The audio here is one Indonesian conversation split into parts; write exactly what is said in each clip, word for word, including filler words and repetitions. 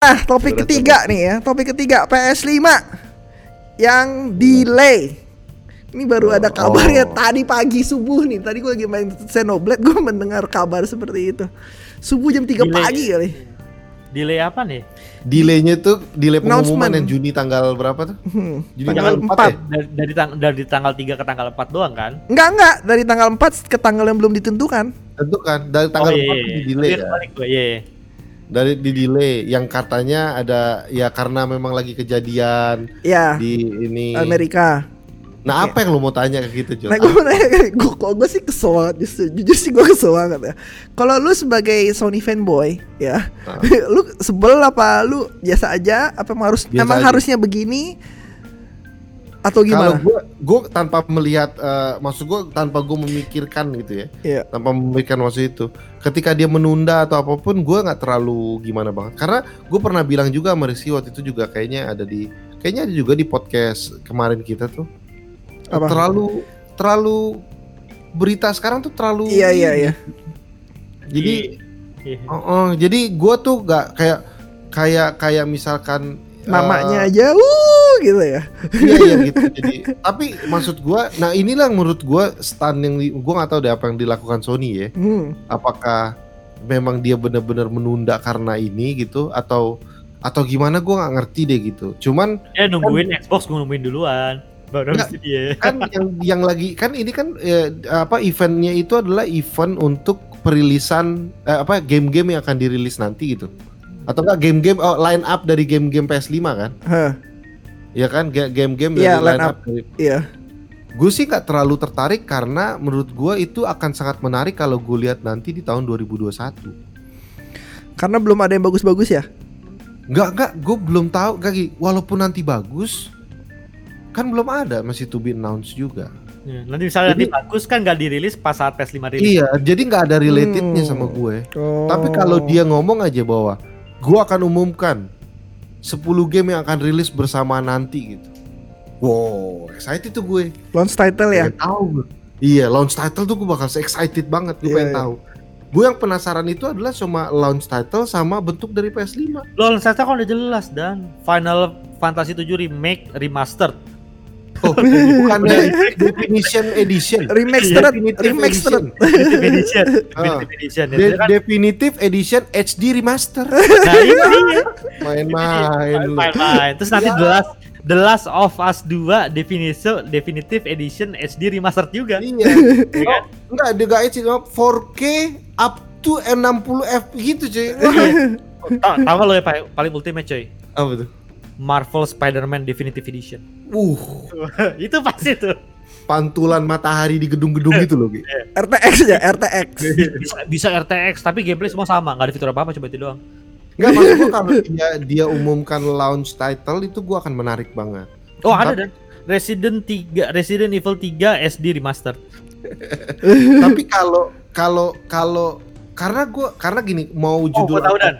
Nah, topik ketiga nih ya. Topik ketiga P S lima yang delay. Ini baru ada kabarnya oh. tadi pagi subuh nih. Tadi gue lagi main Xenoblade, gue mendengar kabar seperti itu. Subuh jam tiga delay, pagi kali. Delay apa nih? Delaynya tuh delay pengumuman yang Juni tanggal berapa tuh? Hmm, Juni tanggal empat. Ya? Dari, dari, tang- dari tanggal tiga ke tanggal empat doang kan? Enggak, enggak. Dari tanggal empat ke tanggal yang belum ditentukan. Tentukan. Dari tanggal oh, empat iya, di delay ya. Gue, iya. Dari di delay yang katanya ada ya karena memang lagi kejadian ya, di ini Amerika. Nah apa yang lu mau tanya ke gitu John? Nah gue mau nanya, gue kok gue sih kesel banget justru, jujur sih gue kesel banget ya. Kalau lu sebagai Sony fanboy ya, nah. lu sebel apa lu biasa aja? Apa harus biasa emang aja. Harusnya begini atau gimana? Kalau gue, gue tanpa melihat, uh, maksud gue tanpa gue memikirkan gitu ya, yeah. tanpa memikirkan waktu itu, ketika dia menunda atau apapun, gue nggak terlalu gimana banget. Karena gue pernah bilang juga sama Rizky waktu itu juga kayaknya ada di, kayaknya ada juga di podcast kemarin kita tuh. Apa? Terlalu terlalu berita sekarang tuh terlalu iya iya iya jadi iya. uh, uh, jadi gue tuh gak kayak kayak kayak misalkan namanya uh, aja uh gitu ya iya iya gitu jadi tapi maksud gue nah inilah menurut gue stand yang gue nggak tahu deh apa yang dilakukan Sony ya hmm. apakah memang dia benar-benar menunda karena ini gitu atau atau gimana gue nggak ngerti deh gitu cuman ya nungguin kan, Xbox gue nungguin duluan baru nah, dia. Kan yang yang lagi kan ini kan eh, apa eventnya itu adalah event untuk perilisan eh, apa game-game yang akan dirilis nanti gitu atau enggak game-game oh, line up dari game-game P S lima kan? Huh. Ya kan game-game dari yeah, line up. Iya. Yeah. Gue sih nggak terlalu tertarik karena menurut gue itu akan sangat menarik kalau gue lihat nanti di tahun dua ribu dua puluh satu. Karena belum ada yang bagus-bagus ya? Enggak enggak, gue belum tahu kaki. Walaupun nanti bagus. Kan belum ada, masih to be announced juga. Ya, nanti misalnya jadi, nanti bagus kan nggak dirilis pas saat P S lima rilis. Iya, jadi nggak ada relatednya hmm. sama gue. Oh. Tapi kalau dia ngomong aja bahwa gue akan umumkan sepuluh game yang akan rilis bersama nanti gitu. Wow, excited tuh gue. Launch title ya? Tahu. Iya, launch title tuh gue bakal excited banget, gue yeah, pengen yeah. tahu. Gue yang penasaran itu adalah cuma launch title sama bentuk dari P S lima. Launch title kan udah jelas dan Final Fantasy tujuh Remake Remastered. Oh, bukan Definition Edition. Remastered, Remastered. Definitive Edition. Definitive Edition. De- Definitive Edition H D Remaster. Nah, ini main-main. Main-main. Terus nanti The Last The Last of Us dua Definitive Definitive Edition H D Remastered juga. Iya. Oh, enggak, dia enggak H D, four K up to enam puluh F P gitu, cuy. Tahu lo yang paling ultimate, cuy? Apa tuh? Marvel Spider-Man Definitive Edition. Uh, itu pasti tuh. Pantulan matahari di gedung-gedung gitu loh, Gi. R T X ya, R T X. Bisa, bisa R T X, tapi gameplay semua sama, nggak ada fitur apa-apa, coba itu doang. Enggak, maksud gua kalau dia dia umumkan launch title itu gua akan menarik banget. Oh, ada dan Resident tiga, Resident Evil tiga H D Remastered. Tapi kalau kalau kalau karena gua karena gini, mau judul oh, gua tahu dan.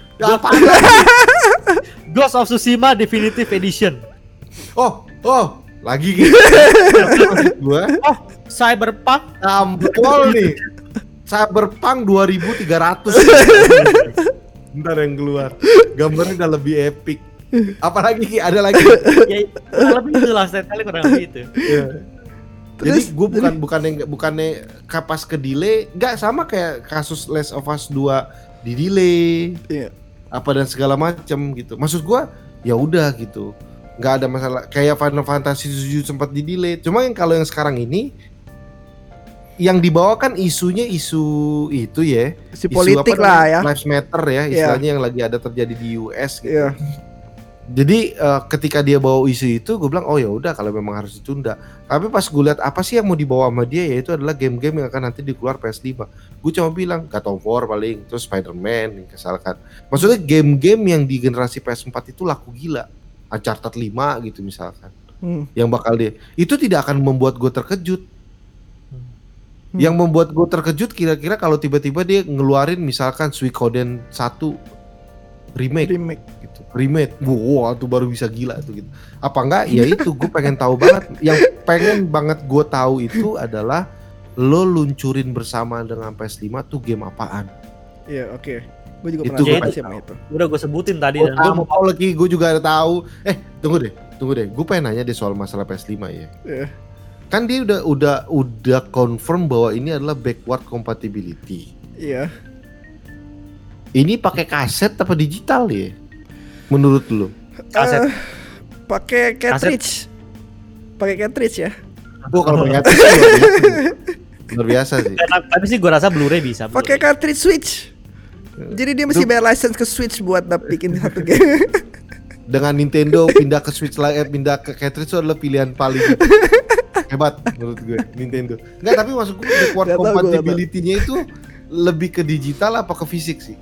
Ghost of Tsushima Definitive Edition. Oh, oh, lagi gitu. Gua. Oh, Cyberpunk tampol nih. Cyberpunk dua ribu tiga ratus. Bentar yang keluar. Gambarnya udah lebih epic. Apalagi Ki, ada lagi. Ya, lebih itu lah, saya kali kurang lebih itu. Yeah. Jadi gue bukan bukannya bukannya kapas ke delay, enggak sama kayak kasus Last of Us dua di delay. Iya. Apa dan segala macam gitu. Maksud gua ya udah gitu. Enggak ada masalah kayak Final Fantasy tujuh sempat di delay. Cuma yang kalau yang sekarang ini yang dibawakan isunya isu itu ya, isu politik apa, lah ya. Lives Matter ya istilahnya yeah. yang lagi ada terjadi di U S gitu. Yeah. Jadi uh, ketika dia bawa isu itu, gue bilang oh ya udah kalau memang harus ditunda. Tapi pas gue lihat apa sih yang mau dibawa sama dia, yaitu adalah game-game yang akan nanti dikeluar P S lima. Gue cuma bilang God of War paling, terus Spider-Man, misalkan. Maksudnya game-game yang di generasi P S empat itu laku gila, Uncharted lima gitu misalkan, hmm. yang bakal dia. Itu tidak akan membuat gue terkejut. Hmm. Yang membuat gue terkejut kira-kira kalau tiba-tiba dia ngeluarin misalkan Suikoden satu remake. Remake. Remake, wow, tuh baru bisa gila tuh gitu. Apa enggak? Ya itu gue pengen tahu banget. Yang pengen banget gue tahu itu adalah lo luncurin bersama dengan P S lima tuh game apaan? Iya, yeah, oke. Okay. Gue juga Itu pernah gua sih sama itu. Udah gue sebutin tadi Oh, dan gue mau tahu lagi, gue juga ada tahu. Eh, tunggu deh, tunggu deh. Gue pengen nanya deh soal masalah P S lima ya. Iya. Kan dia udah udah udah confirm bahwa ini adalah backward compatibility. Iya. Ini pakai kaset apa digital ya? Menurut lu? kaset. Eh, pakai cartridge. Pakai cartridge ya. Gue kalau melihat sih luar biasa. Luar biasa sih. Eh, Tapi sih gue rasa Blu-ray bisa. Pakai Blu-ray. cartridge Switch. Jadi dia mesti bayar license ke Switch buat dap- bikin satu game. Dengan Nintendo pindah ke Switch lain, eh, pindah ke cartridge itu adalah pilihan paling hebat menurut gue Nintendo. Enggak, tapi maksud gue backward Nggak tahu, gue compatibility-nya itu lebih ke digital apa ke fisik sih?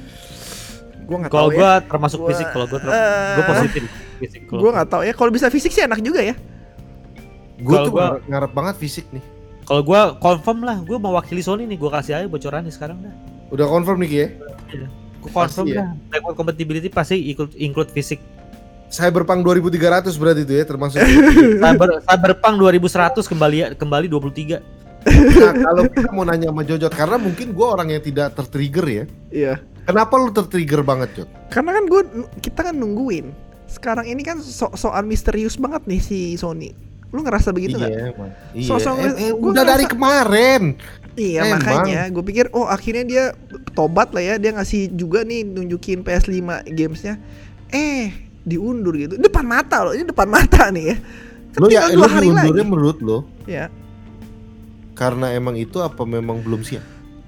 Gue nggak Kalau tahu gue ya. termasuk Gua- fisik, kalau gue ter- eh, gue positif fisik. kalau Gue gua. nggak tahu ya. Kalau bisa fisik sih enak juga ya. Gue Kalau tuh gua- ngarep, ngarep banget fisik nih. Kalau gue confirm lah, gue mewakili Sony nih, gue kasih aja bocorannya sekarang dah. Udah confirm nih Ki ya? Gue confirm Pasti ya. dah. Backward compatibility pasti ikut include fisik. Cyberpunk dua ribu tiga ratus berarti itu ya termasuk. Cyber Cyberpunk dua ribu seratus kembali kembali dua puluh tiga. Nah, kalau kita mau nanya sama Jojot, karena mungkin gue orang yang tidak tertrigger ya. Iya. Kenapa lu tertrigger banget, Jot? Karena kan gue kita kan nungguin. Sekarang ini kan so soal misterius banget nih si Sony. Lu ngerasa begitu nggak? Iya, emang. Iya. Sosok- Eh, eh, gua udah dari ngerasa- kemarin. Iya Emang. makanya gue pikir oh akhirnya dia tobat lah ya, dia ngasih juga nih nunjukin P S lima gamesnya. Eh diundur gitu depan mata loh, ini depan mata nih ya. Kan Lu ya, tinggal lu dua hari diundurnya lagi. menurut lo Ya, karena emang itu apa memang belum siap?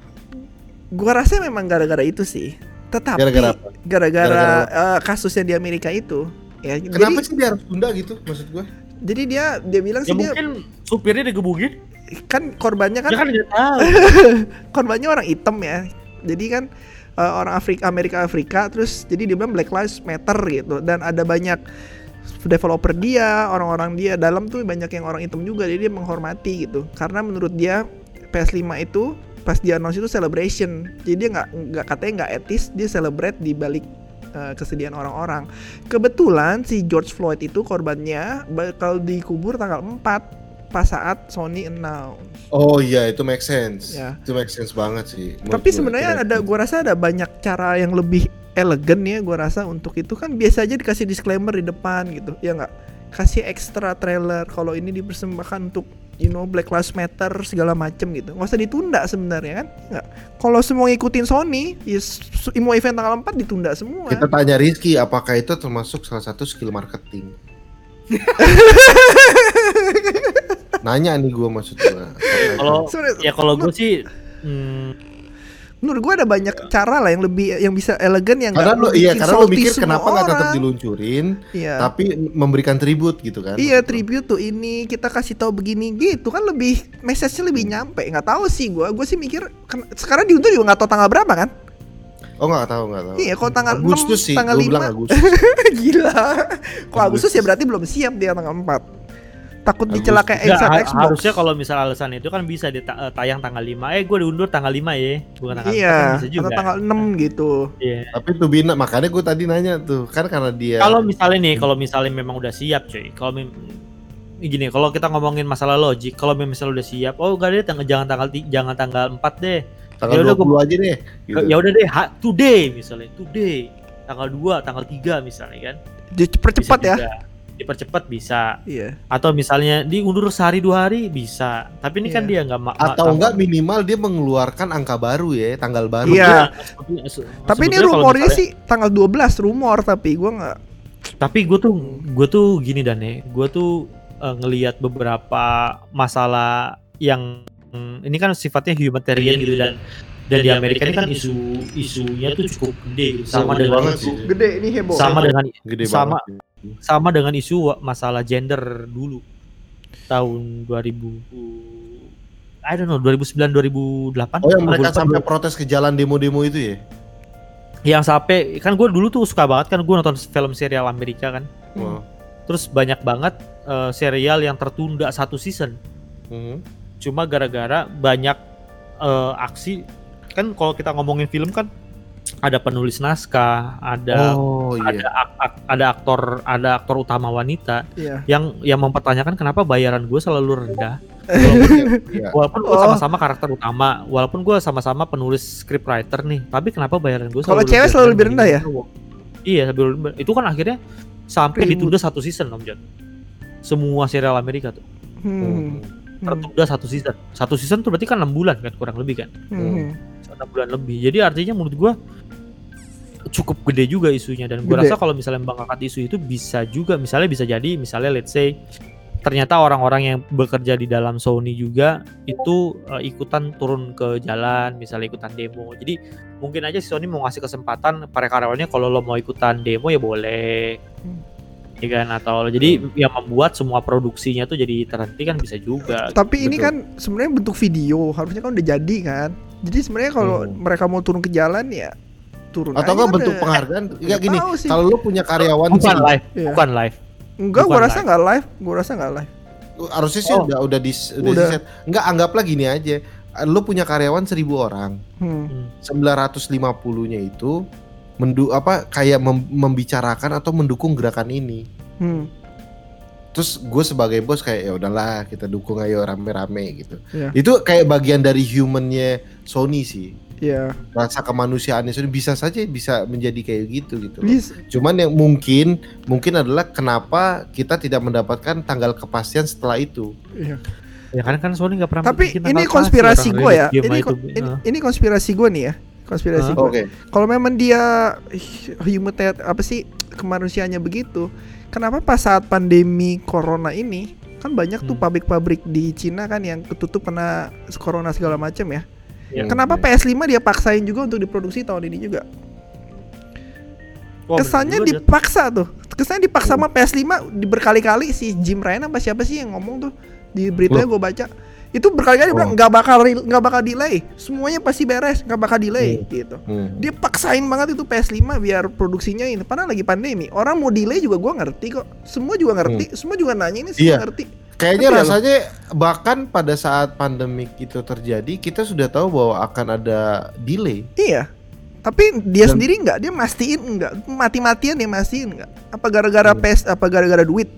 gua rasa memang gara-gara itu sih. Tetapi Gara-gara apa? gara-gara Gara-gara eh, kasusnya di Amerika itu. Ya, Kenapa jadi, sih dia harus tunda gitu maksud gue? jadi dia dia bilang Ya sih dia mungkin supirnya digebukin. kan korbannya kan Dia kan nggak tahu. korbannya orang hitam ya. Jadi kan uh, orang Afrika Amerika Afrika terus jadi dia bilang Black Lives Matter gitu dan ada banyak developer dia, orang-orang dia dalam tuh banyak yang orang hitam juga, jadi dia menghormati gitu. Karena menurut dia P S lima itu pas dia announce itu celebration. Jadi dia nggak nggak katanya nggak etis, dia celebrate di balik uh, kesedihan orang-orang. Kebetulan si George Floyd itu korbannya bakal dikubur tanggal empat pas saat Sony announce. Oh iya, itu make sense. Ya. Itu make sense banget sih. menurut Tapi gue. sebenarnya Itu ada, make gua rasa ada banyak cara yang lebih elegan ya, gua rasa untuk itu kan biasa aja dikasih disclaimer di depan gitu, ya nggak? Kasih extra trailer kalau ini dipersembahkan untuk you know Black Lives Matter segala macem gitu, nggak usah ditunda sebenarnya kan? Nggak. Kalau semua ngikutin Sony, ya s- mau event tanggal empat ditunda semua. Kita tanya Rizky, apakah itu termasuk salah satu skill marketing? Nanya nih gue maksud gue. Kalau Sebenarnya- ya kalau gue sih hmm, Menurut gua ada banyak cara lah yang lebih yang bisa elegan yang Karena nggak lu iya bikin karena lu salty mikir semua kenapa nggak tetap orang. diluncurin, Iya. tapi memberikan tribute gitu kan? Iya maksud lu. tribute tuh ini kita kasih tahu begini gitu kan lebih message-nya lebih nyampe, nggak tahu sih gua gua sih mikir kan, sekarang diundur juga nggak tahu tanggal berapa kan. Oh nggak tahu nggak tahu. Iya, kalau tanggal Agustus enam, sih, tanggal gua bilang lima. Agustus. Gila, kok Agustus ya Agustus. berarti belum siap dia tanggal empat, takut Agustus. dicelakain nggak, saat ha- Xbox. harusnya kalau misal alasan itu kan bisa dia ta- tayang tanggal lima. Eh gue diundur tanggal lima ya, bukan tanggal empat, kan Iya, bisa juga. atau tanggal enam gitu. Iya. Tapi tuh Bina, makanya gue tadi nanya tuh, kan karena dia. Kalau misalnya nih, kalau misalnya memang udah siap, cuy. Kalau mem- gini, kalau kita ngomongin masalah logik, kalau memang misalnya udah siap, oh enggak deh, tang- jangan tanggal ti- jangan tanggal empat deh. tanggal ya udah, dua puluh aja deh. Gitu. Ya udah deh, ha- today misalnya, today tanggal dua, tanggal tiga misalnya kan. Dipercepat Bisa ya. juga. Dipercepat bisa. Iya. Atau misalnya diundur sehari dua hari bisa. Tapi ini kan Iya. dia nggak ma- Atau ma- enggak minimal dia mengeluarkan angka baru ya, tanggal baru. Iya. Sebetulnya- se- Tapi ini sebetulnya kalau rumornya misalnya- sih tanggal dua belas rumor, tapi gua nggak. Tapi gue tuh gue tuh gini dan ya, gue tuh uh, ngelihat beberapa masalah yang mm, ini kan sifatnya humanitarian gitu dan dan di Amerika ini kan isu isunya tuh cukup gede gitu. sama Gede dengan banget isu sih. Gede ini heboh. sama dengan Gede sama banget. sih. sama dengan isu wa- masalah gender dulu tahun dua ribu I don't know dua ribu sembilan dua ribu delapan. Oh yang Gua mereka lupa. sampai protes ke jalan demo-demo itu ya? Yang sampai kan gue dulu tuh suka banget kan gue nonton film serial Amerika kan. Oh. Terus banyak banget uh, serial yang tertunda satu season. Mhm. Cuma gara-gara banyak uh, aksi kan kalau kita ngomongin film kan ada penulis naskah, ada Oh. Oh ada iya. ak- ak- ada aktor ada aktor utama wanita Iya. yang yang mempertanyakan kenapa bayaran gue selalu rendah. Walaupun, Iya. walaupun gue Oh. sama-sama karakter utama, walaupun gue sama-sama penulis scriptwriter nih, tapi kenapa bayaran gue Kalau cewek selalu lebih rendah ya? Iya, lebih rendah. Itu kan akhirnya sampai Ribut. ditunda satu season Om John. Semua serial Amerika tuh Hmm. Hmm. tertunda satu season. Satu season tuh berarti kan enam bulan kan, kurang lebih kan. Hmm. enam bulan lebih. Jadi artinya menurut gua cukup gede juga isunya, dan gua Gede. rasa kalau misalnya mengangkat isu itu bisa juga, misalnya bisa jadi misalnya let's say ternyata orang-orang yang bekerja di dalam Sony juga itu uh, ikutan turun ke jalan, misalnya ikutan demo. Jadi mungkin aja si Sony mau ngasih kesempatan para karyawannya, kalau lo mau ikutan demo ya boleh. Hmm. Ya kan, atau jadi yang membuat semua produksinya tuh jadi terhenti kan bisa juga. Tapi ini Betul. kan sebenarnya bentuk video, harusnya kan udah jadi kan. Jadi sebenarnya kalau Hmm. mereka mau turun ke jalan ya turun Atau aja enggak bentuk deh. penghargaan? Ya Nggak gini, tahu sih. kalau lu punya karyawan Bukan sih, live, Iya. bukan live. Enggak, bukan gua rasa live. nggak live, gua rasa nggak live. harusnya sih Oh. udah udah di udah, Udah. di set. Enggak, anggaplah gini aja. Lu punya karyawan seribu orang. Hmm. sembilan ratus lima puluh-nya itu mendu apa kayak mem- membicarakan atau mendukung gerakan ini. Hmm. Terus gue sebagai bos kayak ya udahlah kita dukung ayo rame-rame gitu. Iya. Itu kayak bagian dari humannya Sony sih. Iya. Rasa kemanusiaannya Sony bisa saja bisa menjadi kayak gitu gitu loh. Bis- Cuman yang mungkin mungkin adalah kenapa kita tidak mendapatkan tanggal kepastian setelah itu. iya. Ya kan kan Sony nggak pernah Tapi bikin ini tanggal konspirasi pasti gue orang ya. rilis game Ini itu. ko- ini, Nah. ini konspirasi gue nih ya. Konspirasi Hah? gue. Oke. Kalau memang dia humanitarian apa sih kemanusiaannya begitu, kenapa pas saat pandemi corona ini kan banyak tuh Hmm. pabrik-pabrik di Cina kan yang ketutup kena corona segala macam ya. Ya. Kenapa P S lima dia paksain juga untuk diproduksi tahun ini juga? Wah, Kesannya bener juga, dipaksa tuh. Kesannya dipaksa sama P S lima di berkali-kali si Jim Ryan apa siapa sih yang ngomong tuh di beritanya gue baca. Itu berkali-kali dia Oh. bilang nggak bakal re- nggak bakal delay. Semuanya pasti beres, nggak bakal delay gitu. Hmm. Dia paksain banget itu P S lima biar produksinya ini. Padahal lagi pandemi. Orang mau delay juga gua ngerti kok. Semua juga ngerti. Semua juga nanya ini semua Iya. ngerti. Kayaknya Tapi ya rasanya bahkan pada saat pandemik itu terjadi kita sudah tahu bahwa akan ada delay. Iya. Tapi dia Dan- sendiri nggak. Dia mastiin nggak. Mati-matian dia mastiin nggak. Apa gara-gara Hmm. P S? Apa gara-gara duit?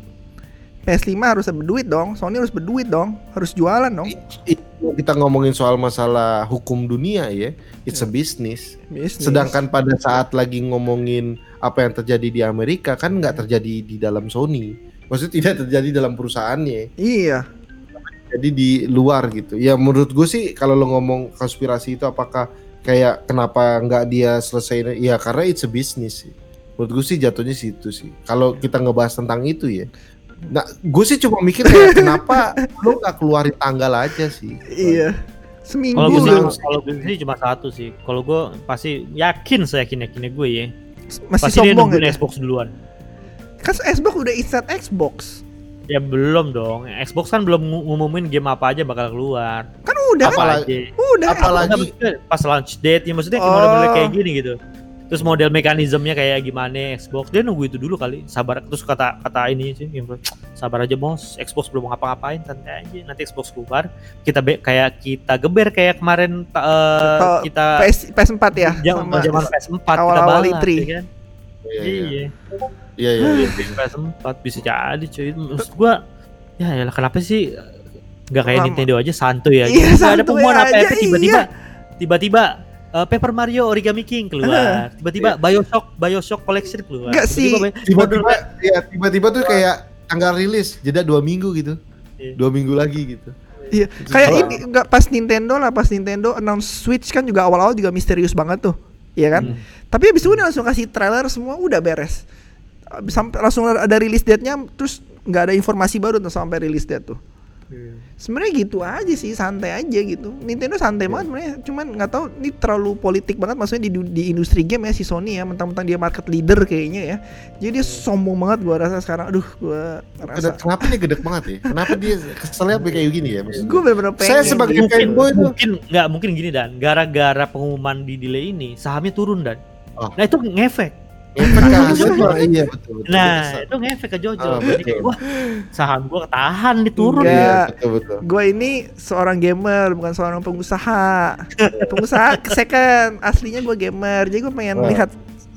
P S lima harus berduit dong. Sony harus berduit dong. Harus jualan dong. Itu kita ngomongin soal masalah hukum dunia ya, it's a business. Bisnis. Sedangkan pada saat lagi ngomongin apa yang terjadi di Amerika kan nggak terjadi di dalam Sony. Maksudnya tidak terjadi dalam perusahaannya. Iya. Jadi di luar gitu. Ya menurut gue sih kalau lo ngomong konspirasi itu apakah kayak kenapa nggak dia selesai? Ya karena it's a business sih. Menurut gue sih jatuhnya situ sih. Kalau kita ngebahas tentang itu ya. Nah, gue sih cuma mikir kayak kenapa lo nggak keluarin tanggal aja sih? Iya. Seminggu Kalau gue sih, loh. kalau gue sih cuma satu sih. Kalau gue pasti yakin, saya yakin yakinnya gue ya. Masih Pasti dia sombong nungguin gitu. Xbox duluan. Kan Xbox udah insert Xbox. Ya belum dong. Xbox kan belum ngu- ngumumin game apa aja bakal keluar. Kan udah kan. Apa Apalagi- aja. Udah. apalagi- Apalagi maksudnya pas launch date ya, maksudnya Oh. model-model kayak gini gitu. Terus model mekanismenya kayak gimana Xbox, dia nunggu itu dulu kali. Sabar. Terus kata kata ini sih, sabar aja bos, Xbox belum ngapa-ngapain, santai aja. Nanti Xbox keluar, kita be- kayak kita geber kayak kemarin ta- eh, Kalau kita P S P S empat ya. zaman sama zaman P S empat kita awal-awal balas, E tiga. ya kan? Iya, iya. Iya. Iya, iya, iya. P S empat bisa jadi cuy. Maksud gua ya ya kenapa sih nggak kayak Lama. Nintendo aja santuy aja. Iya, Nggak ada santuy pengumuman aja, apa-apa tiba-tiba iya. tiba-tiba uh, Paper Mario Origami King keluar. Tiba-tiba BioShock BioShock Collection keluar. Nggak sih. Tiba-tiba, Tiba-tiba, ya tiba-tiba tuh kayak tanggal rilis jeda dua minggu gitu, Iya. dua minggu lagi gitu. Iya, kayak Kalau- ini enggak pas Nintendo lah, pas Nintendo announce Switch kan juga awal-awal juga misterius banget tuh. Iya kan? Hmm. Tapi abis itu dia langsung kasih trailer semua udah beres. Abis- Sampai langsung ada release date-nya, terus nggak ada informasi baru tuh sampai release date tuh. Sebenarnya gitu aja sih, santai aja gitu. Nintendo santai Iya. banget sebenarnya, cuman nggak tahu ini terlalu politik banget maksudnya di du- di industri game ya si Sony ya, mentang-mentang dia market leader kayaknya ya. Jadi dia sombong banget gua rasa sekarang. Aduh, gua rasa Gede- Kenapa dia gedek banget ya? Kenapa dia keselnya sampai kayak gini ya? Maksudnya? gue bener-bener pengen. Saya sebagai gitu. mungkin fanboy tuh. mungkin nggak mungkin gini dan gara-gara pengumuman di delay ini sahamnya turun dan. Oh. Nah itu ngefek. Efek ke hasil mah, iya betul betul. Nah Kesel. itu ngefek ke Jojo. Ah, Jadi betul. wah saham gua ketahan nih turun. Enggak. Iya, betul betul. Gue ini seorang gamer, bukan seorang pengusaha. Pengusaha second, aslinya gue gamer. Jadi gue pengen Wah. lihat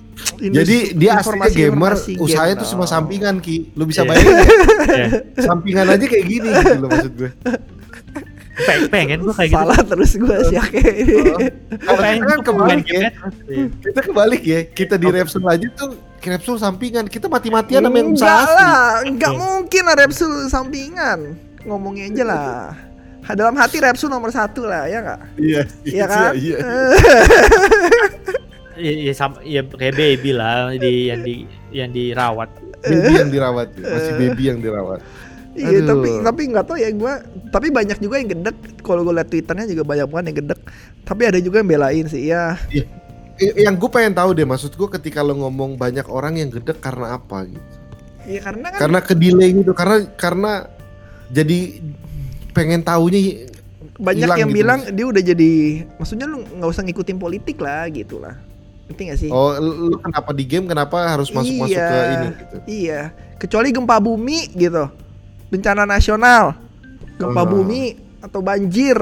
Jadi dia aslinya gamer, informasi usahanya game tuh cuma dong. sampingan Ki. Lu bisa Iya. bayangin nggak? Iya. Sampingan aja kayak gini gitu loh maksud gue. Peng- pengen gue kayak gitu. Salah terus gue sih ya kayak ini. Kalau Pengen kita kan gua kebalik main ya. game terus, iya. Kita kebalik ya. Kita di Repsol aja tuh Repsol sampingan. Kita mati-matian namanya usaha Enggak asli. lah, enggak Oke. mungkin lah Repsol sampingan. Ngomongnya aja lah. Ha, dalam hati Repsol nomor satu lah, ya nggak? Iya, Iya kan? Iya. Iya, iya, sama, iya kayak baby lah di yang di yang dirawat. Baby yang dirawat, ya. Masih baby yang dirawat. Iya, Aduh. tapi tapi nggak tahu ya gue. Tapi banyak juga yang gedek. Kalau gue liat twitternya juga banyak banget yang gedek. Tapi ada juga yang belain sih, ya. Iya. I- Yang gue pengen tahu deh, maksud gue ketika lo ngomong banyak orang yang gedek karena apa gitu? Iya karena kan Karena ke delay gitu, karena karena jadi pengen taunya banyak hilang yang gitu, bilang Mas. dia udah jadi, maksudnya lu nggak usah ngikutin politik lah gitu lah. Ngerti gak sih? Oh, lu kenapa di game kenapa harus masuk-masuk Iya. ke ini gitu? Iya, kecuali gempa bumi gitu, bencana nasional, gempa Oh. bumi atau banjir.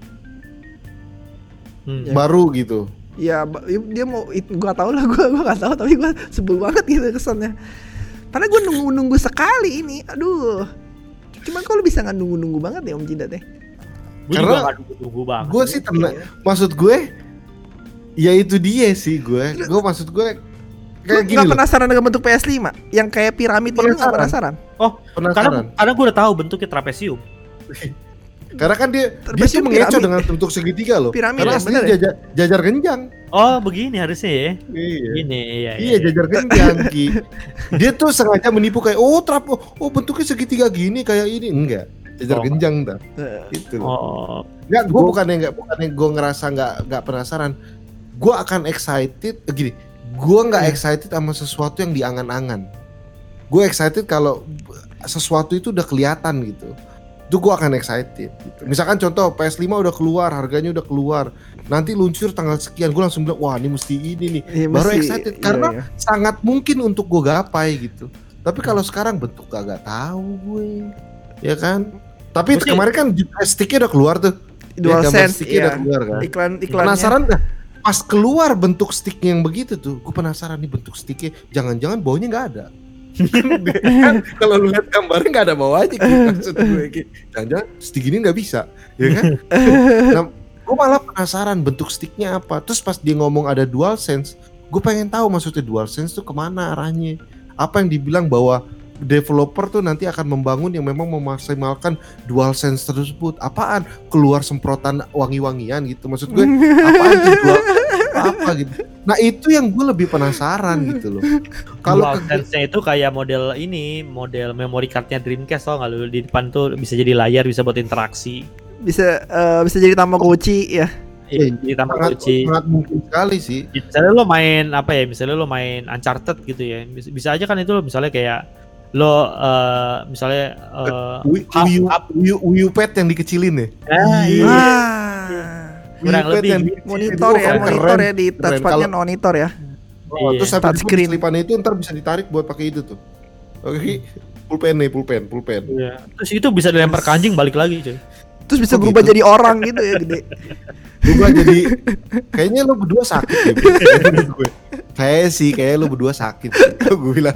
Hmm. Ya. Baru gitu. Ya ba- dia mau, it- gua tau lah, gua gua nggak tahu, tapi gua sebel banget gitu kesannya. Karena gua nunggu-nunggu sekali ini, aduh. Cuman kalau bisa nggak nunggu-nunggu banget ya Om Jidat ya. Gue Karena juga gak nunggu banget. Gue sih tenang. Iya. Maksud gue, ya itu dia sih gue. Gue maksud gue Lu kayak gini nggak loh. penasaran dengan bentuk P S lima yang kayak piramid itu, nggak Penasaran. penasaran? Oh, karena Penasaran. karena gue udah tahu bentuknya trapesium. Karena kan dia dia Trapesium tuh mengecoh piramid. dengan bentuk segitiga loh. Piramid Karena ya, aslinya bener ya? jajar, jajar genjang. Oh, begini harusnya ya. Iya. Gini, iya. Iya jajar genjang Ki. Dia tuh sengaja menipu kayak oh trap oh bentuknya segitiga gini kayak ini enggak. Jajar Oh. genjang dah. Eh, Itu loh. Oh, Enggak, gue bukannya enggak bukannya gue ngerasa enggak enggak penasaran. Gue akan excited eh, gini. Gue nggak Hmm. excited sama sesuatu yang diangan-angan. Gue excited kalau sesuatu itu udah kelihatan gitu. Itu gue akan excited. Gitu. Misalkan contoh P S lima udah keluar, harganya udah keluar. Nanti luncur tanggal sekian, gue langsung bilang wah ini mesti ini nih. iya, Baru mesti- excited iya, karena iya. sangat mungkin untuk gue gapai gitu. Tapi kalau sekarang bentuk gak tahu gue, ya kan? Tapi Mesti- kemarin kan di- sticknya udah keluar tuh. Dual Ya, gambar sense, sticknya iya. udah keluar kan. Iklan iklannya. Penasaran gak? Pas keluar bentuk sticknya yang begitu tuh, gue penasaran nih bentuk sticknya. Jangan-jangan baunya nggak ada. Kan kalau lu lihat gambarnya nggak ada bawahnya gitu. Maksud gue kayak, jangan-jangan stick ini nggak bisa, ya kan? Nah, gue malah penasaran bentuk sticknya apa. Terus pas dia ngomong ada dual sense, gue pengen tahu maksudnya dual sense tuh kemana arahnya. Apa yang dibilang bahwa developer tuh nanti akan membangun yang memang memaksimalkan dual sense tersebut. Apaan? Keluar semprotan wangi-wangian gitu. Maksud gue apaan tuh dual apa gitu. Nah itu yang gue lebih penasaran gitu loh. Kalau Dual ke- sense-nya itu kayak model ini, model memory card-nya Dreamcast tau nggak lu, di depan tuh bisa jadi layar, bisa buat interaksi. Bisa eh, bisa jadi Tamagotchi ya. Iya, jadi tambah sangat, kunci. sangat mungkin sekali sih. Misalnya lo main apa ya? Misalnya lo main Uncharted gitu ya. Bisa, bisa aja kan itu lo misalnya kayak lo eh, misalnya eh, Wii up- Wii U- up- Wii U- Wii U Pad yang dikecilin ya. Ah, iya. Wah. Kurang Wii U Pad lebih yang gitu. dikecilin. Monitor Oh, ya, keren. monitor ya di Keren. touchpadnya Kalau- monitor ya. Oh, Iya. terus habis itu Touchscreen. selipannya itu ntar bisa ditarik buat pakai itu tuh. Oke, pulpen nih, pulpen, pulpen. Iya. Terus itu bisa dilempar ke anjing balik lagi cuy. Terus bisa Oh, berubah gitu. jadi orang gitu ya gede. Gue jadi kayaknya lo berdua sakit deh. Menurut gue. Kayak sih, kayak lo berdua sakit. Gue bilang.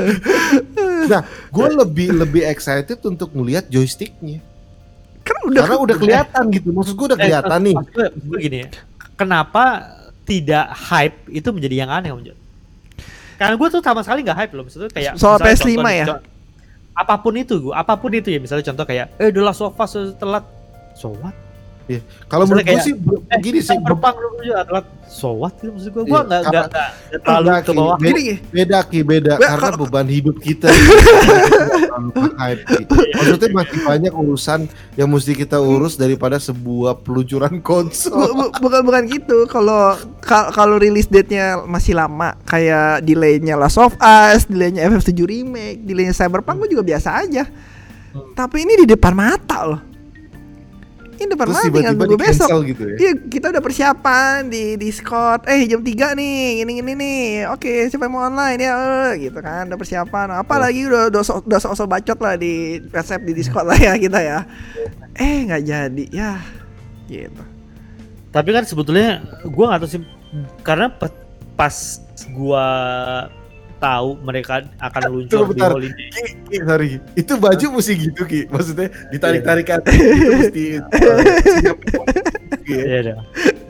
Nah, gue lebih lebih excited untuk ngelihat joysticknya. Kan udah Karena udah kelihatan gitu. Maksud gue udah kelihatan nih. Maksud gue, gue gini ya. Kenapa tidak hype itu menjadi yang aneh Om Jon? Karena gue tuh sama sekali nggak hype loh. Maksudnya kayak Soal misalnya P S lima contoh- ya? co- apapun itu gue, apapun itu ya. Misalnya contoh kayak, eh The Last of Us telat. So what? Kalau menurut Misalnya gue sih be- Eh, begini sih. Cyberpunk dulu juga telat. So what? Gitu maksud gue. Gue Iya, nggak nggak karena- nggak nggak terlalu Enggak, ke Ki. bawah. Be- Gini, Ki. beda Ki, beda Be- karena kalau- beban hidup kita terlalu hype, Ki. Maksudnya masih banyak urusan yang mesti kita urus daripada sebuah peluncuran konsol. Bu- bu- bukan bukan gitu. Kalau ka- kalau rilis date-nya masih lama, kayak delay-nya Last of Us, delay-nya F F tujuh remake, delay-nya Cyberpunk gue juga biasa aja. Tapi ini di depan mata loh. Ini depan Terus mata tinggal tiba-tiba tunggu di besok. cancel gitu ya. Iya, kita udah persiapan di Discord. Eh, jam tiga nih, gini-gini nih. Oke, siapa yang mau online ya? Eh, gitu kan, udah persiapan. Apalagi udah udah so- udah sok-sok bacot lah di WhatsApp di Discord lah ya kita ya. Eh, nggak jadi. Ya. Gitu. Tapi kan sebetulnya gue nggak tahu sih, karena pe- pas gua tahu mereka akan luncur Tunggu di bentar. holiday. Ki, Ki, sorry. Itu baju mesti gitu Ki. Maksudnya ditarik-tarik ke atas itu mesti uh, siap. Ki, ya. Iya dong.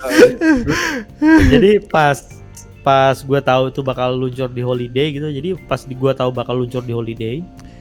Jadi pas pas gue tahu itu bakal luncur di holiday gitu, jadi pas di gue tahu bakal luncur di holiday,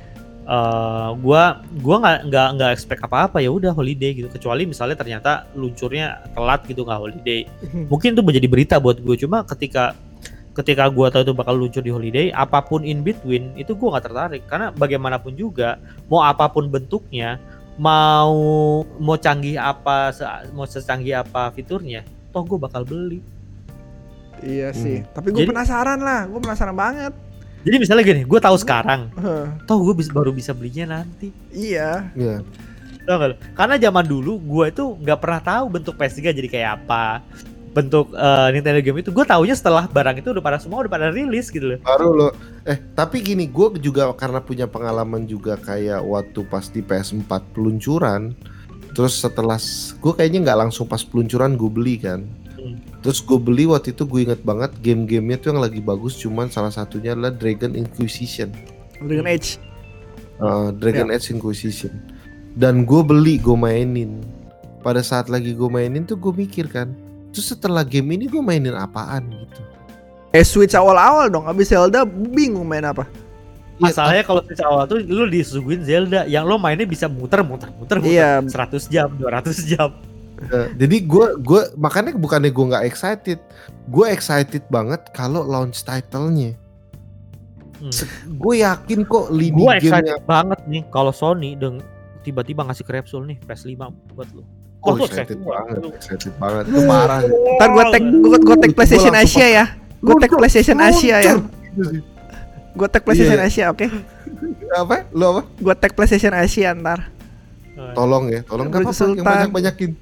uh, gue gue nggak nggak nggak expect apa-apa, ya udah holiday gitu, kecuali misalnya ternyata luncurnya telat gitu nggak holiday, mungkin itu menjadi berita buat gue. Cuma ketika ketika gue tahu itu bakal luncur di holiday, apapun in between itu gue nggak tertarik, karena bagaimanapun juga mau apapun bentuknya, mau mau canggih apa, se- mau secanggih apa fiturnya, toh gue bakal beli. Iya sih, Hmm. tapi gue Jadi- penasaran lah, gue penasaran banget. Jadi misalnya gini, gue tahu sekarang, Huh, toh gue bis- baru bisa belinya nanti. iya, Iya. Tau gak lo? Karena zaman dulu gue itu nggak pernah tahu bentuk P S tiga jadi kayak apa, bentuk uh, Nintendo game itu gue taunya setelah barang itu udah pada semua udah pada rilis gitu loh. Baru lo eh tapi gini, gue juga karena punya pengalaman juga kayak waktu pas di P S empat peluncuran, terus setelah gue kayaknya nggak langsung pas peluncuran gue beli kan. Hmm. Terus gue beli waktu itu, gue inget banget game-gamenya tuh yang lagi bagus, cuman salah satunya adalah Dragon Inquisition. dengan Edge. Uh, Dragon Age Inquisition. Dan gue beli, gue mainin. Pada saat lagi gue mainin tuh gue mikir kan, terus setelah game ini gue mainin apaan gitu. Eh Switch awal-awal dong, abis Zelda bingung main apa. Iya, Masalahnya kalau Switch awal tuh lu disuguhin Zelda yang lo mainnya bisa muter muter muter muter Iya. seratus jam, dua ratus jam. Uh, jadi gue gue makanya bukannya gue nggak excited, gue excited banget kalau launch title-nya. Hmm. Gue yakin kok lini Gue gamenya. excited banget nih kalau Sony deng tiba-tiba ngasih capsule nih P S lima buat lo. Oh, tuh excited excited banget, banget. excited banget. Itu parah. Ntar gue tag, gue gue tag Itu PlayStation gua langsung Asia ya, gue tag PlayStation Asia ya, Gitu sih. gue tag PlayStation Iya. Asia, oke? Apa? Lo apa? Gue tag PlayStation Asia ntar. Tolong ya, tolong nggak Bro apa-apa, yang Sultan. banyak-banyakin.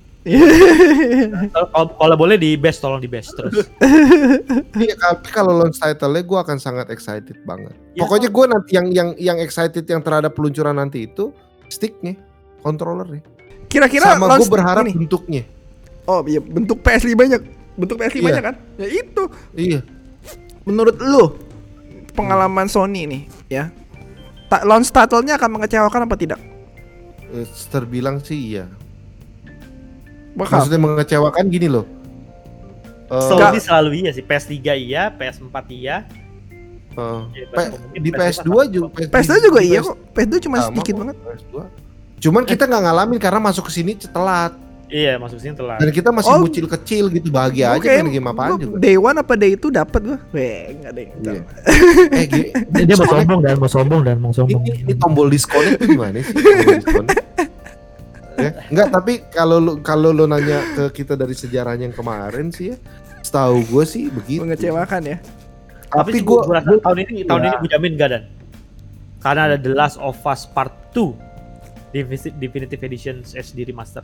Kalau kalau boleh di best, tolong di best terus. Iya, tapi kalau launch title-nya gue akan sangat excited banget. Ya, Pokoknya gue nanti yang yang yang excited yang terhadap peluncuran nanti itu sticknya, controllernya. Kira-kira Sama gue launch berharap ini. bentuknya. Oh iya, bentuk P S lima nya, bentuk P S lima nya Iya. kan? Ya itu. Iya. Menurut lu pengalaman Sony nih ya, ta- launch title-nya akan mengecewakan apa tidak? Eh, terbilang sih iya. Bakal. Maksudnya mengecewakan gini loh. Eh, Sony selalu iya sih, P S tiga iya, P S empat iya. eh, Ya, P- mungkin di P P S S dua juga P S dua juga di iya P S kok. P S dua cuma sama sedikit kok, banget. P S dua. Cuman kita nggak ngalamin karena masuk ke sini telat Iya, masuk sini telat. dan kita masih Oh. bucil kecil gitu, bahagia aja Oke, main game apaan gua juga. Day one apa day two dapat gua? Weh, enggak deh. Iya. Eh, G- Dia mau disconnect. sombong dan mau sombong dan mau sombong. Ini, ini tombol disconnect tuh gimana sih? Tombol disconnect. Ya, enggak, tapi kalau lu kalau lu nanya ke kita dari sejarahnya yang kemarin sih ya, setahu gue sih begitu. Mengecewakan ya. Tapi Tapi gue gue rasa tahun ini tahun Iya. ini gue jamin gak, dan karena ada The Last of Us Part two Definitive Edition S D Remaster.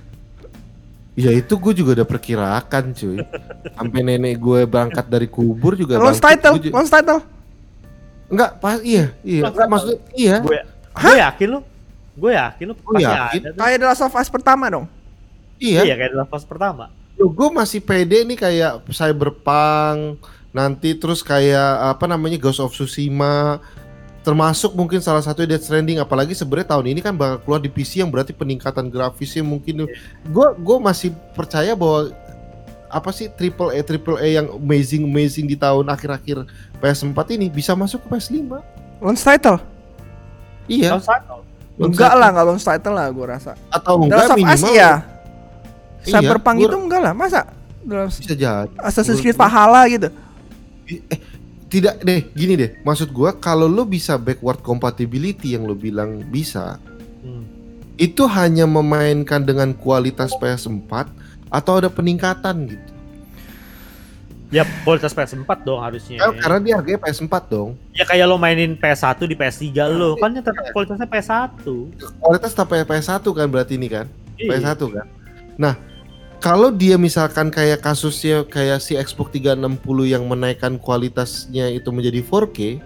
ya itu gue juga udah perkirakan cuy. Sampai nenek gue berangkat dari kubur juga Launch bangkit, title, gua ju- launch title. Enggak, pas iya, iya. Launch title. Maksudnya iya. Gue gue yakin lo, gue yakin lo Lu pasti yakin? ada tuh. Kayak The Last of Us pertama dong. Iya. Iya kayak The Last of Us pertama. Gue masih pede nih kayak Cyberpunk nanti, terus kayak apa namanya Ghost of Tsushima, termasuk mungkin salah satu Death Stranding. Apalagi sebenarnya tahun ini kan bakal keluar di P C yang berarti peningkatan grafisnya mungkin. Gue gue masih percaya bahwa apa sih triple A triple A yang amazing amazing di tahun akhir-akhir P S empat ini bisa masuk ke P S lima. Launch title. Iya. Tahun satu. Enggak lah, enggak launch title lah gua rasa. Atau The enggak Last of Us minimal. iya. Iya, Cyberpunk gua- itu enggak lah, masa? The Last- bisa jadi. Assassin's Menurut Creed gua- Valhalla gitu. Eh, tidak deh, gini deh. Maksud gua kalau lo bisa backward compatibility yang lo bilang bisa, Hmm. itu hanya memainkan dengan kualitas P S empat atau ada peningkatan gitu. Ya kualitas P S empat dong harusnya. Kan karena dia harganya P S empat dong. Ya kayak lo mainin P S satu di P S tiga lo, kan ya tetap kualitasnya P S satu. Kualitas tapi P S satu kan berarti ini kan. P S Iya. satu kan. Nah, kalau dia misalkan kayak kasusnya kayak si Xbox tiga enam nol yang menaikkan kualitasnya itu menjadi four K,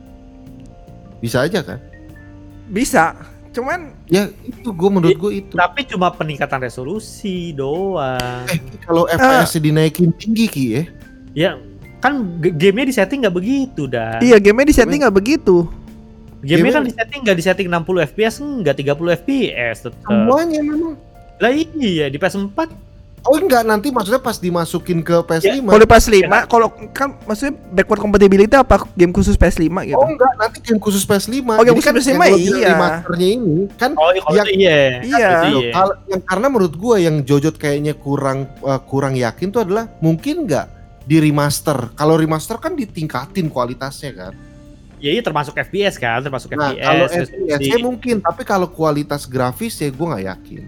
bisa aja kan? Bisa. Cuman Ya itu gue menurut gue itu. Tapi cuma peningkatan resolusi doang. Eh kalau F P S dinaikin tinggi Ki ya. Ya Kan g- gamenya di setting nggak begitu dah. Iya, gamenya di setting nggak begitu. Gamenya kan Gamenya- di setting nggak di setting enam puluh F P S, enggak tiga puluh F P S tetap. Semuanya memang. Lah iya di P S empat. Oh enggak, nanti maksudnya pas dimasukin ke P S Ya, lima. Kalau di P S lima, kalau kan maksudnya backward compatibility apa game khusus P S lima gitu? Oh enggak, nanti game khusus P S lima. Oh, game Jadi khusus P S lima, yang lo bilang iya. remasternya ini kan Oh iya kalau yang itu iya. Iya. Itu Loh, iya. kalau yang karena menurut gua yang Jojot kayaknya kurang uh, kurang yakin tuh adalah mungkin nggak di remaster. Kalau remaster kan ditingkatin kualitasnya kan. Ya iya termasuk F P S kan, termasuk Nah F P S. kalau F P S resolusi. ya mungkin, tapi kalau kualitas grafis ya gua nggak yakin.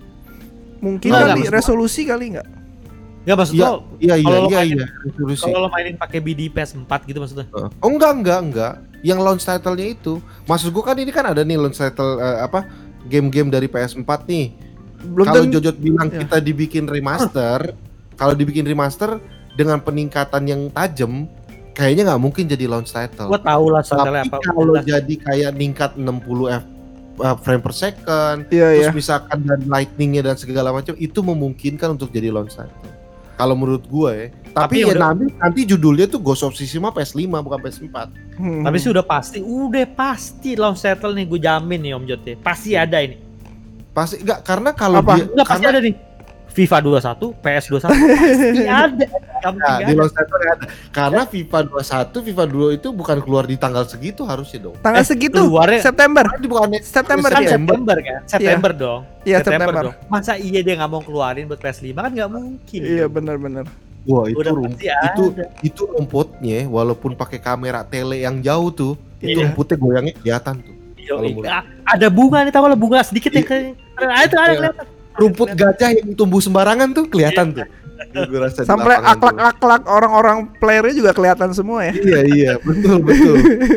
Mungkin Nggak, kali nggak, maksud- resolusi kali nggak? Nggak maksud Iya lo iya iya kalau lo iya mainin- iya resolusi. kalau lo mainin pakai B D P S empat gitu maksudnya. Uh, Oh enggak enggak enggak. Yang launch title-nya itu. Maksud gua kan ini kan ada nih launch title uh, apa game-game dari P S empat nih. Belum Kalau tentu- Jojot bilang ya. kita dibikin remaster, kalau dibikin remaster dengan peningkatan yang tajam, kayaknya nggak mungkin jadi launch title. Gua tahu lah Tapi soalnya apa. kalau Udah. jadi kayak ningkat enam puluh F uh, frame per second, Iya, terus iya. misalkan dan lightningnya dan segala macam, itu memungkinkan untuk jadi launch title. Kalau menurut gue ya. Tapi, Tapi ya udah- nanti nanti judulnya tuh Ghost of Tsushima P S lima bukan P S empat. Hmm. Tapi sih udah pasti, udah pasti launch title nih gue jamin nih Om Jot ya. Pasti ada ini. Pasti enggak karena kalau Apa? dia Enggak pasti karena ada nih. FIFA dua puluh satu, P S dua puluh satu pasti ada. Kamu Nah, di tinggal. launch title ada. Karena FIFA dua puluh satu, FIFA dua itu bukan keluar di tanggal segitu harusnya dong. Tanggal Eh, segitu keluarnya- September. Kan bukannya September Kan ya? September kan? September dong. Iya, September. dong. Masa iya dia nggak mau keluarin buat P S lima kan nggak mungkin. Iya, benar-benar. Wah itu Udah rum- pasti itu ada. itu rumputnya walaupun pakai kamera tele yang jauh tuh itu Iya. rumputnya goyangnya kelihatan tuh. Yo, Kalau iya. menurut- Ah, ada bunga nih tahu lah bunga sedikit yang kayak ah, itu ada Iya. kelihatan. Rumput gajah yang tumbuh sembarangan tuh kelihatan tuh. Gue rasa di Sampai lapangan tuh. akhlak-akhlak orang-orang playernya juga kelihatan semua ya. Iya iya betul betul.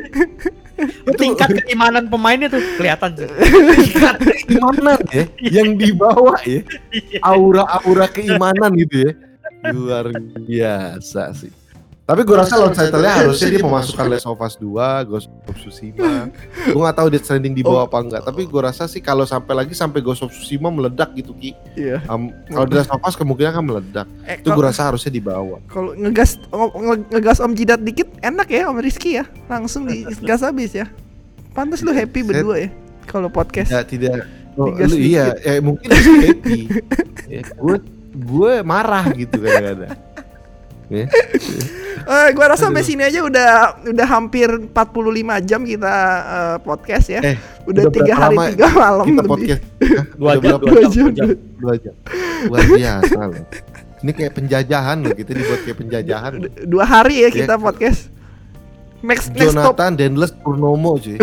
Tingkat keimanan pemainnya tuh kelihatan tuh. Keimanan ya yang dibawa ya aura-aura keimanan gitu ya luar biasa sih. Tapi gue rasa launch title-nya harusnya dia memasukkan Last of Us dua, Ghost of Tsushima. Gue gak tahu Death Stranding di bawah apa enggak. Tapi gue rasa sih kalau sampai lagi sampai Ghost of Tsushima meledak gitu Ki. Iya. Um, kalau The Last of Us kemungkinan akan meledak. Eh, Itu gue kalau- rasa harusnya dibawa. Kalau ngegas nge- ngegas Om Jidat dikit enak ya Om Rizky ya. Langsung digas habis ya. Pantas lu happy berdua ya kalau podcast. Tidak tidak. Oh, Digas lu, iya, eh mungkin lu happy. Ya, gue gue marah gitu kadang-kadang. Ya. Eh, gua rasa sampai Aduh. sini aja udah udah hampir empat puluh lima jam kita eh, podcast ya. Eh, udah udah tiga berapa hari lama tiga malam kita lebih. podcast Dua Udah jam, berapa? dua Dua jam, jam. dua jam. dua jam. Luar biasa loh. Ini kayak penjajahan loh, kita dibuat kayak penjajahan. loh. Dua hari ya kita Ya. podcast. Next next top, Jonathan Dendles Purnomo cuy.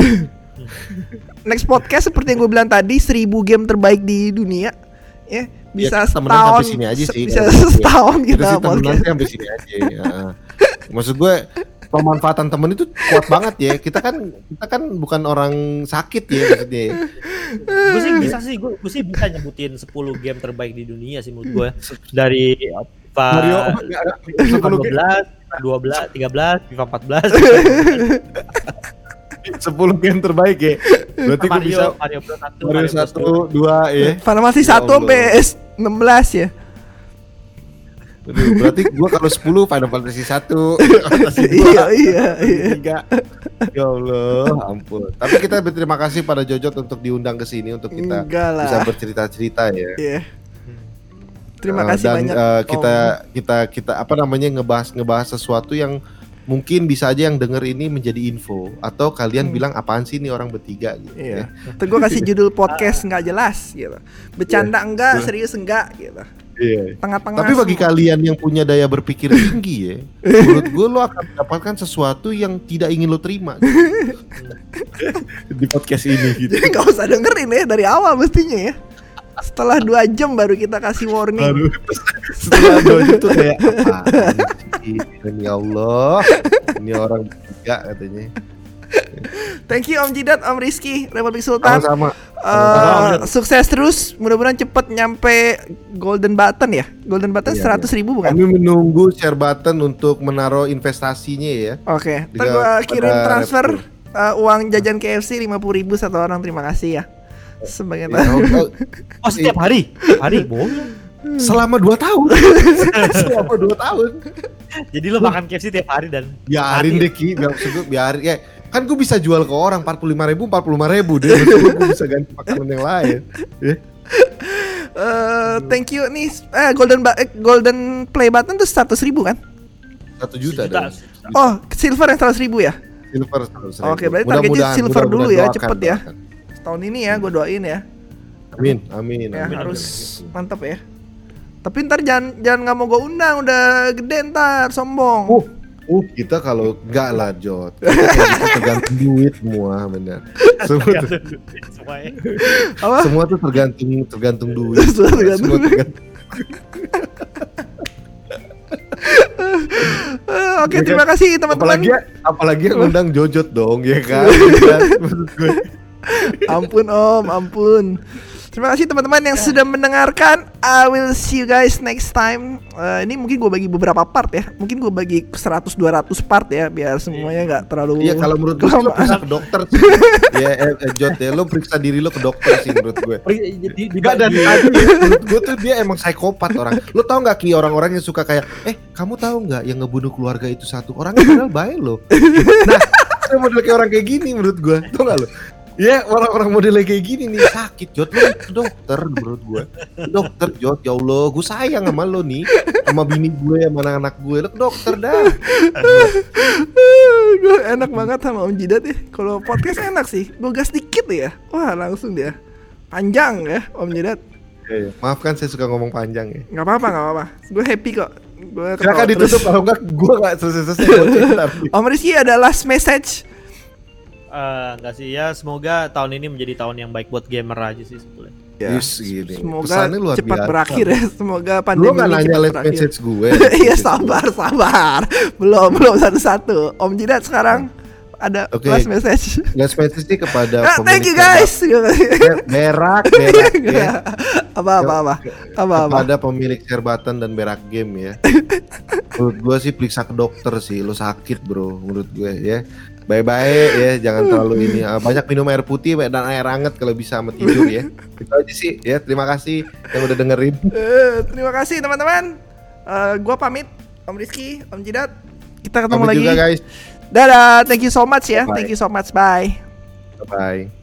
next podcast seperti yang gue bilang tadi seribu game terbaik di dunia ya bisa kita temenan setahun sampai sini aja se- sih, bisa kalau gitu ya. setahun Kita kita sih temenan podcast. sih sampai sini aja. Ya. Maksud gue pemanfaatan temen itu kuat banget ya. Kita kan kita kan bukan orang sakit ya maksudnya. ya. Gue sih bisa sih, gue, gue sih bisa nyebutin sepuluh game terbaik di dunia sih menurut gue. Dari FIFA Mario FIFA sepuluh dua belas, dua belas, tiga belas, FIFA empat belas, sepuluh game terbaik ya. Berarti gue Mario, bisa Mario Bros satu, Mario Bros satu, dua. dua ya. Final Fantasy Ya satu sampai enam belas ya. Aduh, berarti gua kalau sepuluh Final Fantasy satu, Final Fantasy Iya dua, iya iya. tiga. Ya Allah, ampun. Tapi kita berterima kasih pada Jojot untuk diundang ke sini untuk kita Enggak lah. bisa bercerita-cerita ya. Iya. Terima Eh, kasih dan, banyak. eh, kita Om. kita kita apa namanya ngebahas ngebahas sesuatu yang mungkin bisa aja yang denger ini menjadi info atau kalian Hmm. bilang apaan sih ini orang bertiga gitu. Iya. ya. Terus gue kasih judul podcast nggak jelas gitu. Bercanda enggak, serius enggak gitu. Iya. Tengah-tengah. Tapi bagi semua. kalian yang punya daya berpikir tinggi ya, menurut gue lo akan mendapatkan sesuatu yang tidak ingin lo terima di podcast ini gitu. Jadi nggak usah dengerin ya dari awal mestinya ya. Setelah dua jam baru kita kasih warning. Aduh, setelah doa itu kayak apaan sih? Ini ya Allah, ini orang bertiga katanya. Thank you Om Jidat, Om Rizky, Republik Sultan. Sama-sama. Eh, sukses terus, mudah-mudahan cepet nyampe golden button ya. Golden button Iya, seratus ribu bukan? Kami menunggu share button untuk menaruh investasinya ya. Oke, ntar Juga gua kirim pada transfer Repul. eh, uang jajan K F C lima puluh ribu satu orang, terima kasih ya. Sebagai Ya, oh, oh, Oh setiap hari, Setiap hari boleh. selama dua tahun. selama dua tahun. Jadi lo makan K F C tiap hari dan Biarin mati. deh Ki, biar maksud gue biarin ya. Kan gue bisa jual ke orang empat puluh lima ribu, empat puluh lima ribu deh. Gue bisa ganti makanan yang lain. Ya. Eh, thank you nih. Eh, golden ba- eh, golden play button tuh seratus ribu kan? Satu juta Sejuta. dong. Oh, silver yang seratus ribu ya? Silver seratus ribu. Oke, berarti Mudah-mudahan, targetnya silver dulu mudah-mudahan, ya, doakan, cepet ya. doakan. Tahun ini ya, gue doain ya. Amin, amin, Ya amin. harus amin. mantap ya. Tapi ntar jangan jangan nggak mau gue undang, udah gede ntar sombong. Uh, uh, kita kalau enggak lah Jot. Kita kayak gitu tergantung duit semua, benar. Semua, tuh- Semuanya. Apa? semua tuh tergantung tergantung duit. Semua tergantung Semua duit. tergantung. Eh, Oke, Ya terima kan? kasih teman-teman. Apalagi apalagi yang undang Jojot dong, ya kan? Kan? Maksud gue. Ampun Om, ampun. Terima kasih teman-teman yang sudah mendengarkan. I will see you guys next time. Eh, ini mungkin gue bagi beberapa part ya. Mungkin gue bagi seratus dua ratus part ya, biar semuanya nggak terlalu. Iya, kalau menurut gue sih lo kelamaan. periksa ke dokter sih. Ya, eh, eh, Jot ya, lo periksa diri lo ke dokter sih menurut gue. Jadi di Enggak, dan tadi ya, menurut gue tuh dia emang psikopat orang. Lo tau gak Ki, orang-orang yang suka kayak, eh kamu tahu nggak yang ngebunuh keluarga itu satu orangnya padahal baik lo. Nah, saya model kayak orang kayak gini menurut gue, tau gak lo? Ya orang-orang modelnya kayak gini nih sakit Jot, lo ke dokter menurut gue. Ke dokter Jot, ya Allah, gue sayang sama lo nih, sama bini gue, sama anak-anak gue, lo ke dokter dah. Gue enak banget sama Om Jidat ya. Kalau podcast enak sih. Gue gas dikit ya. Wah langsung dia. Panjang ya Om Jidat. Ya, ya. Maaf kan saya suka ngomong panjang ya. Nggak apa-apa, nggak apa-apa. Gue happy kok. Gue Silakan ditutup, kalau enggak gue gak selesai-selesai ntar. Om Rizky ada last message. Eh, enggak sih ya, semoga tahun ini menjadi tahun yang baik buat gamer aja sih sebetulnya. Ya. Yes, gini. Semoga Pesannya luar cepat biasa. berakhir ya. Semoga Lu pandemi gak ini nanya cepat last berakhir. message gue. Iya sabar sabar. Belum belum satu-satu. Om Jidat sekarang ada Oke. last message. Last message nih kepada Ah, thank you guys. Ber- Berak, berak ya. apa apa apa apa apa. Kepada pemilik share button dan berak game ya. Menurut gue sih periksa ke dokter sih. Lu sakit bro, menurut gue ya. Baik-baik ya, jangan terlalu ini. Ah, banyak minum air putih dan air hangat kalau bisa sama tidur ya. Itu aja sih ya. Terima kasih yang udah dengerin. Eh, terima kasih teman-teman. Eh, gua pamit, Om Rizky, Om Jidat. Kita ketemu Pamit lagi. juga guys. Dadah, thank you so much ya. Bye. Thank you so much. Bye. Bye.